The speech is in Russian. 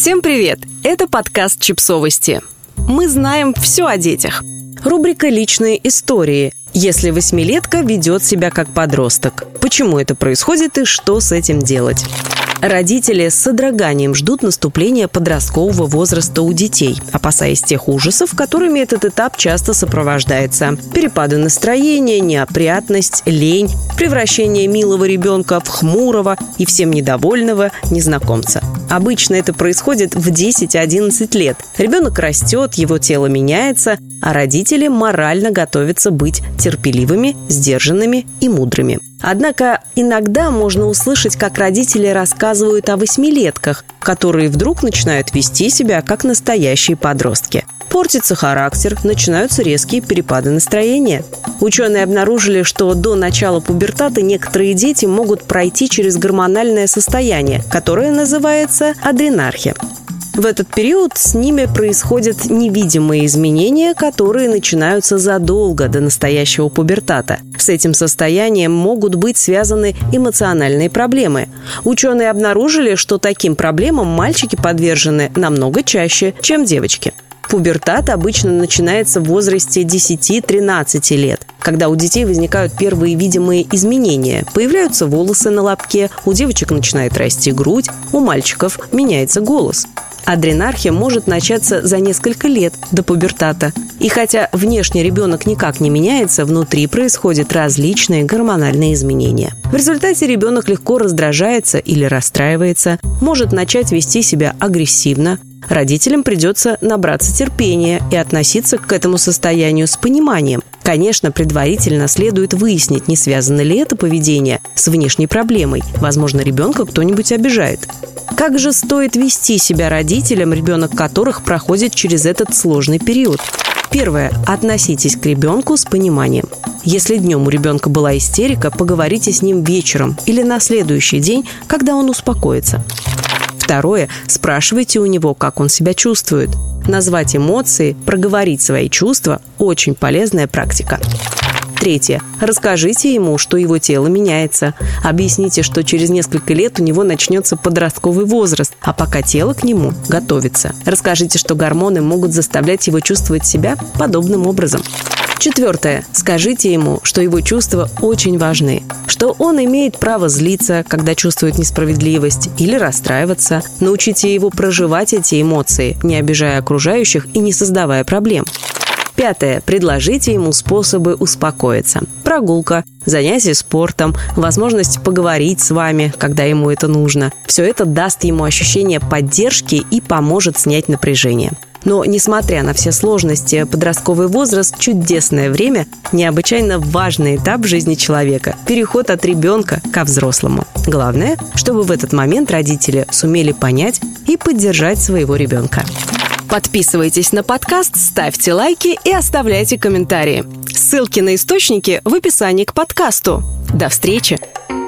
Всем привет! Это подкаст «Чипсовости». Мы знаем все о детях. Рубрика «Личные истории». Если восьмилетка ведет себя как подросток. Почему это происходит и что с этим делать? Родители с содроганием ждут наступления подросткового возраста у детей, опасаясь тех ужасов, которыми этот этап часто сопровождается. Перепады настроения, неопрятность, лень, превращение милого ребенка в хмурого и всем недовольного незнакомца. Обычно это происходит в 10-11 лет. Ребенок растет, его тело меняется, а родители морально готовятся быть терпеливыми, сдержанными и мудрыми. Однако иногда можно услышать, как родители рассказывают о восьмилетках, которые вдруг начинают вести себя как настоящие подростки. Портится характер, начинаются резкие перепады настроения. Ученые обнаружили, что до начала пубертата некоторые дети могут пройти через гормональное состояние, которое называется адренархия. В этот период с ними происходят невидимые изменения, которые начинаются задолго до настоящего пубертата. С этим состоянием могут быть связаны эмоциональные проблемы. Ученые обнаружили, что таким проблемам мальчики подвержены намного чаще, чем девочки. Пубертат обычно начинается в возрасте 10-13 лет, когда у детей возникают первые видимые изменения. Появляются волосы на лобке, у девочек начинает расти грудь, у мальчиков меняется голос. Адренархия может начаться за несколько лет до пубертата. И хотя внешне ребенок никак не меняется, внутри происходят различные гормональные изменения. В результате ребенок легко раздражается или расстраивается, может начать вести себя агрессивно. Родителям придется набраться терпения и относиться к этому состоянию с пониманием. Конечно, предварительно следует выяснить, не связано ли это поведение с внешней проблемой. Возможно, ребенка кто-нибудь обижает. Как же стоит вести себя родителям, ребенок которых проходит через этот сложный период? Первое. Относитесь к ребенку с пониманием. Если днем у ребенка была истерика, поговорите с ним вечером или на следующий день, когда он успокоится. Второе. Спрашивайте у него, как он себя чувствует. Назвать эмоции, проговорить свои чувства – очень полезная практика. Третье. Расскажите ему, что его тело меняется. Объясните, что через несколько лет у него начнется подростковый возраст, а пока тело к нему готовится. Расскажите, что гормоны могут заставлять его чувствовать себя подобным образом. Четвертое. Скажите ему, что его чувства очень важны, что он имеет право злиться, когда чувствует несправедливость, или расстраиваться. Научите его проживать эти эмоции, не обижая окружающих и не создавая проблем. Пятое. Предложите ему способы успокоиться. Прогулка, занятие спортом, возможность поговорить с вами, когда ему это нужно. Все это даст ему ощущение поддержки и поможет снять напряжение. Но, несмотря на все сложности, подростковый возраст – чудесное время, необычайно важный этап в жизни человека – переход от ребенка ко взрослому. Главное, чтобы в этот момент родители сумели понять и поддержать своего ребенка. Подписывайтесь на подкаст, ставьте лайки и оставляйте комментарии. Ссылки на источники в описании к подкасту. До встречи!